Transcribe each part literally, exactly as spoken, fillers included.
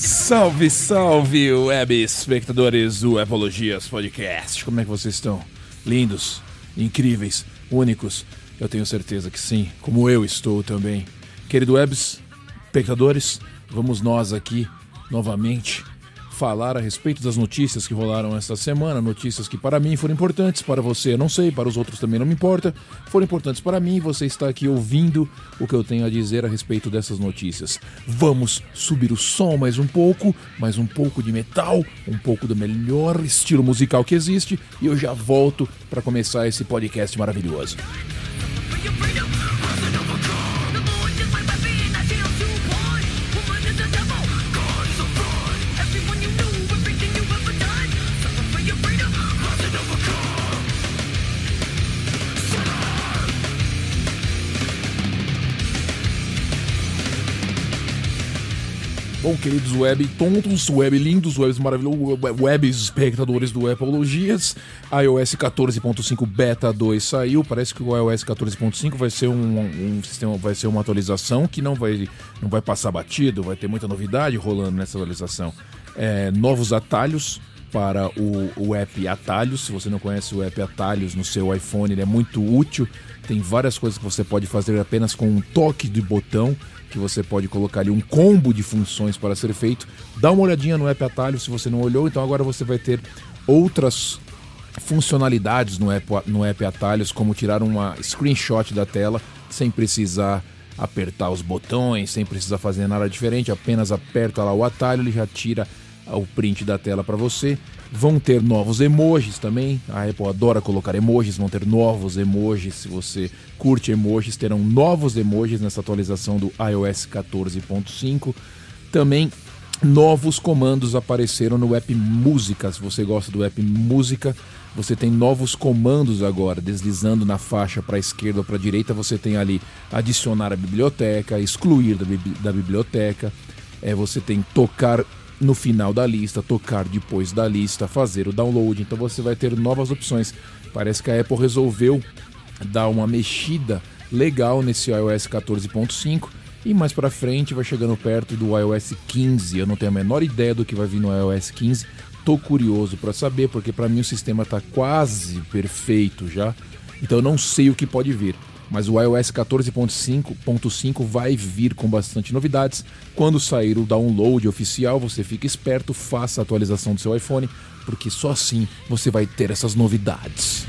Salve, salve, web espectadores do Apologias Podcast. Como é que vocês estão? Lindos, incríveis, únicos? Eu tenho certeza que sim, como eu estou também. Querido web espectadores, vamos nós aqui novamente falar a respeito das notícias que rolaram esta semana, notícias que para mim foram importantes, para você eu não sei, para os outros também não me importa, foram importantes para mim, você está aqui ouvindo o que eu tenho a dizer a respeito dessas notícias. Vamos subir o som mais um pouco, mais um pouco de metal, um pouco do melhor estilo musical que existe, e eu já volto para começar esse podcast maravilhoso. Bom, queridos web tontos, web lindos, webs maravilhosos, web espectadores do Apologias, iOS quatorze ponto cinco Beta dois saiu. Parece que o iOS quatorze ponto cinco vai ser um, um sistema, vai ser uma atualização que não vai, não vai passar batido, vai ter muita novidade rolando nessa atualização. É, novos atalhos para o, o app Atalhos. Se você não conhece o app Atalhos no seu iPhone, ele é muito útil. Tem várias coisas que você pode fazer apenas com um toque de botão, que você pode colocar ali um combo de funções para ser feito. Dá uma olhadinha no app Atalhos se você não olhou, então agora você vai ter outras funcionalidades no app, no app Atalhos, como tirar uma screenshot da tela sem precisar apertar os botões, sem precisar fazer nada diferente, apenas aperta lá o atalho, ele já tira o print da tela para você. Vão ter novos emojis também, a Apple adora colocar emojis, vão ter novos emojis, se você curte emojis, terão novos emojis nessa atualização do iOS quatorze ponto cinco. Também novos comandos apareceram no app Música. Se você gosta do app Música, você tem novos comandos agora, deslizando na faixa para a esquerda ou para a direita, você tem ali adicionar a biblioteca, excluir da, bibli- da biblioteca, é, você tem tocar no final da lista, tocar depois da lista, fazer o download. Então você vai ter novas opções. Parece que a Apple resolveu dar uma mexida legal nesse iOS quatorze ponto cinco e mais pra frente vai chegando perto do iOS quinze. Eu não tenho a menor ideia do que vai vir no iOS quinze. Tô curioso para saber, porque para mim o sistema tá quase perfeito já. Então eu não sei o que pode vir. Mas o iOS quatorze ponto cinco vai vir com bastante novidades. Quando sair o download oficial, você fica esperto, faça a atualização do seu iPhone, porque só assim você vai ter essas novidades.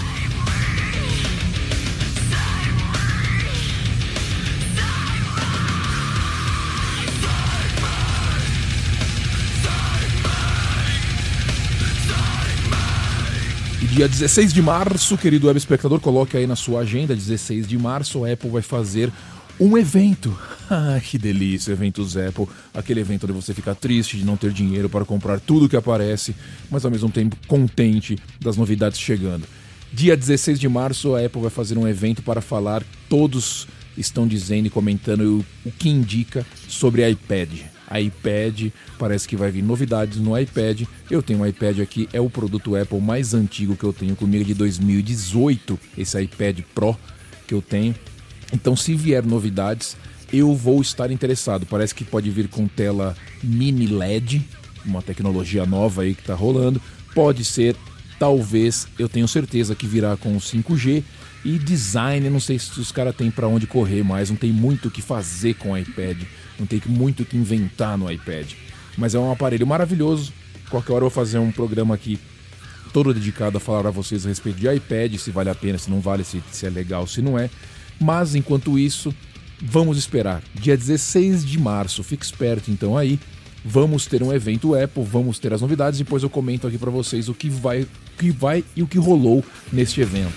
Dia dezesseis de março, querido web espectador, coloque aí na sua agenda, dezesseis de março, a Apple vai fazer um evento. Ah, que delícia, eventos Apple, aquele evento onde você fica triste de não ter dinheiro para comprar tudo que aparece, mas ao mesmo tempo contente das novidades chegando. Dia dezesseis de março, a Apple vai fazer um evento para falar, todos estão dizendo e comentando o, o que indica sobre iPad. iPad, parece que vai vir novidades no iPad. Eu tenho um iPad aqui, é o produto Apple mais antigo que eu tenho comigo, de dois mil e dezoito, esse iPad Pro que eu tenho. Então, se vier novidades, eu vou estar interessado. Parece que pode vir com tela mini L E D, uma tecnologia nova aí que está rolando. Pode ser, talvez, eu tenho certeza que virá com cinco G. E design, não sei se os caras têm para onde correr mais, não tem muito o que fazer com o iPad, não tem muito o que inventar no iPad. Mas é um aparelho maravilhoso. Qualquer hora eu vou fazer um programa aqui todo dedicado a falar a vocês a respeito de iPad, se vale a pena, se não vale, se, se é legal, se não é. Mas enquanto isso, vamos esperar. Dia dezesseis de março, fique esperto então aí. Vamos ter um evento Apple, vamos ter as novidades, depois eu comento aqui para vocês o que vai, o que vai e o que rolou neste evento.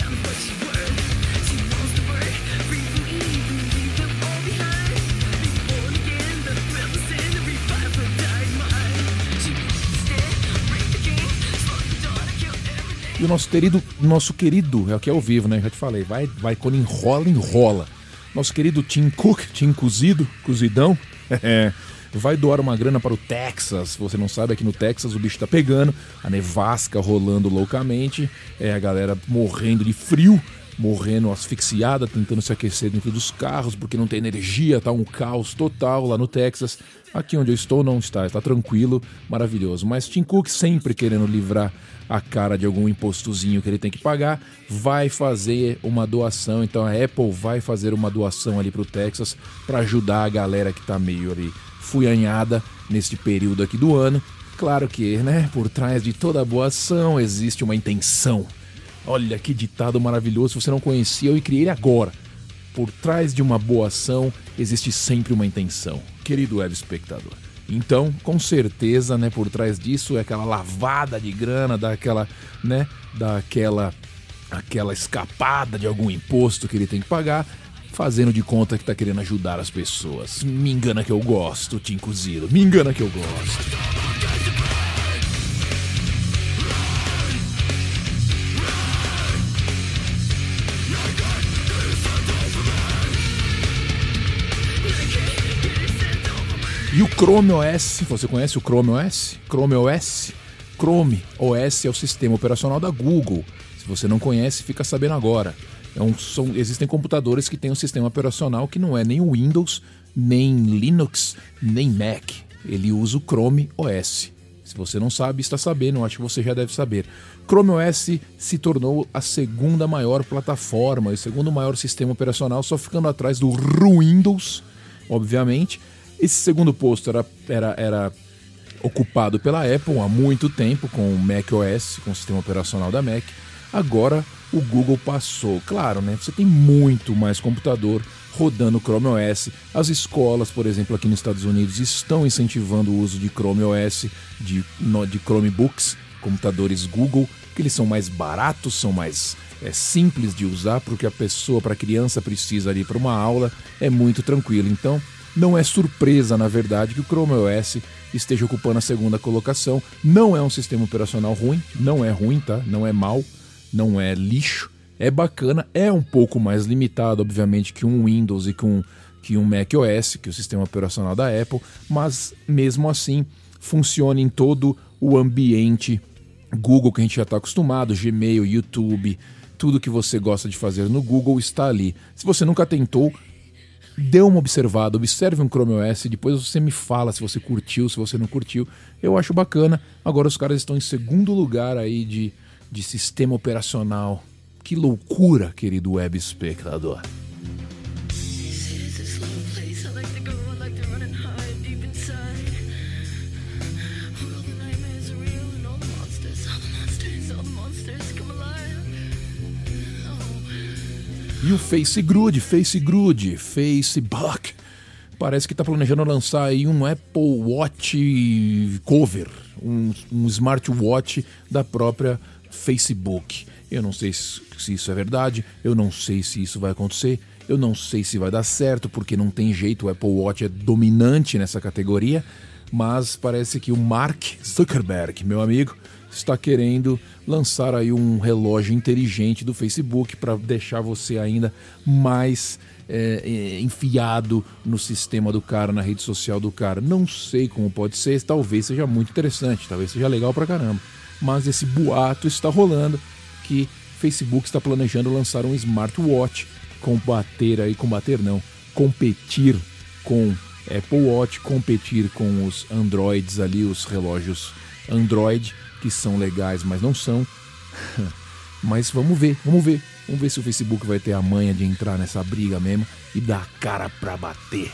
E o nosso querido, nosso querido, é o que é ao vivo, né? Já te falei, vai, vai quando enrola, enrola. Nosso querido Tim Cook, Tim Cozido, Cozidão, é, vai doar uma grana para o Texas. Se você não sabe, aqui no Texas o bicho tá pegando, a nevasca rolando loucamente, é, a galera morrendo de frio morrendo asfixiada, tentando se aquecer dentro dos carros, porque não tem energia, tá um caos total lá no Texas. Aqui onde eu estou não está, está tranquilo, maravilhoso. Mas Tim Cook, sempre querendo livrar a cara de algum impostozinho que ele tem que pagar, vai fazer uma doação. Então a Apple vai fazer uma doação ali pro Texas para ajudar a galera que tá meio ali fuianhada neste período aqui do ano. Claro que, né, por trás de toda boa ação existe uma intenção. Olha que ditado maravilhoso, se você não conhecia, eu criei ele agora. Por trás de uma boa ação existe sempre uma intenção, querido web espectador. Então, com certeza, né, por trás disso é aquela lavada de grana, daquela, né, daquela aquela escapada de algum imposto que ele tem que pagar, fazendo de conta que tá querendo ajudar as pessoas. Me engana que eu gosto, Tim Cozido, me engana que eu gosto. E o Chrome O S, você conhece o Chrome O S? Chrome O S? Chrome O S é o sistema operacional da Google. Se você não conhece, fica sabendo agora. É um, são, existem computadores que têm um sistema operacional que não é nem o Windows, nem Linux, nem Mac. Ele usa o Chrome O S. Se você não sabe, está sabendo, acho que você já deve saber. Chrome O S se tornou a segunda maior plataforma, o segundo maior sistema operacional, só ficando atrás do Windows, obviamente. Esse segundo posto era, era, era ocupado pela Apple há muito tempo com o macOS, com o sistema operacional da Mac. Agora o Google passou. Claro, né? Você tem muito mais computador rodando Chrome O S. As escolas, por exemplo, aqui nos Estados Unidos estão incentivando o uso de Chrome O S, de, de Chromebooks, computadores Google, que eles são mais baratos, são mais é, simples de usar, porque a pessoa, para a criança, precisa ali para uma aula, é muito tranquilo. Então, não é surpresa, na verdade, que o Chrome O S esteja ocupando a segunda colocação. Não é um sistema operacional ruim, não é ruim, tá? Não é mau, não é lixo, é bacana, é um pouco mais limitado, obviamente, que um Windows e que um, que um macOS, que é o sistema operacional da Apple, mas mesmo assim funciona em todo o ambiente Google que a gente já está acostumado, Gmail, YouTube, tudo que você gosta de fazer no Google está ali. Se você nunca tentou, dê uma observada, observe um Chrome O S, depois você me fala se você curtiu, se você não curtiu. Eu acho bacana. Agora os caras estão em segundo lugar aí de, de sistema operacional. Que loucura, querido web espectador. E o FaceGrood, FaceGrood, Facebook, parece que está planejando lançar aí um Apple Watch Cover, um, um smartwatch da própria Facebook. Eu não sei se, se isso é verdade, eu não sei se isso vai acontecer, eu não sei se vai dar certo, porque não tem jeito, o Apple Watch é dominante nessa categoria, mas parece que o Mark Zuckerberg, meu amigo, está querendo lançar aí um relógio inteligente do Facebook para deixar você ainda mais é, enfiado no sistema do cara, na rede social do cara. Não sei como pode ser, talvez seja muito interessante, talvez seja legal pra caramba. Mas esse boato está rolando que Facebook está planejando lançar um smartwatch, combater aí, combater não, competir com Apple Watch, competir com os Androids ali, os relógios Android, que são legais, mas não são. Mas vamos ver, vamos ver. Vamos ver se o Facebook vai ter a manha de entrar nessa briga mesmo e dar a cara pra bater.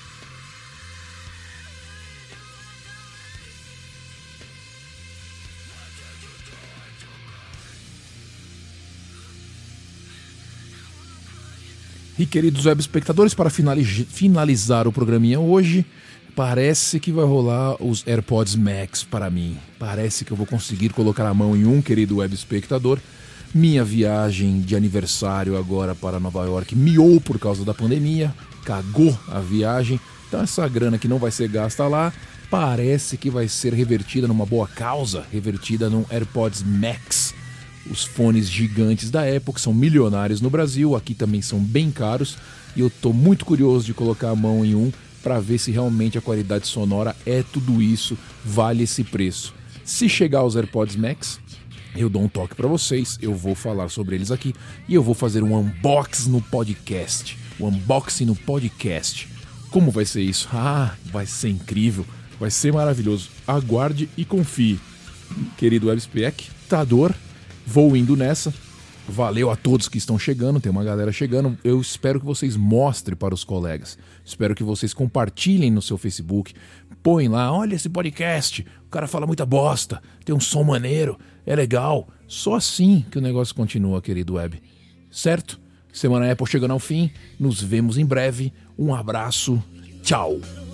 E queridos web espectadores, para finalizar o programinha hoje, parece que vai rolar os AirPods Max para mim. Parece que eu vou conseguir colocar a mão em um, querido web espectador. Minha viagem de aniversário agora para Nova York miou por causa da pandemia, cagou a viagem. Então essa grana que não vai ser gasta lá, parece que vai ser revertida numa boa causa, revertida num AirPods Max. Os fones gigantes da Apple, que são milionários no Brasil, aqui também são bem caros. E eu tô muito curioso de colocar a mão em um para ver se realmente a qualidade sonora é tudo isso, vale esse preço. Se chegar aos AirPods Max, eu dou um toque pra vocês, eu vou falar sobre eles aqui e eu vou fazer um unboxing no podcast. Um unboxing no podcast. Como vai ser isso? Ah, vai ser incrível, vai ser maravilhoso. Aguarde e confie. Querido web espectador, vou indo nessa. Valeu a todos que estão chegando, tem uma galera chegando. Eu espero que vocês mostrem para os colegas. Espero que vocês compartilhem no seu Facebook. Põem lá, olha esse podcast, o cara fala muita bosta, tem um som maneiro, é legal. Só assim que o negócio continua, querido web. Certo? Semana Apple chegando ao fim, nos vemos em breve. Um abraço, tchau!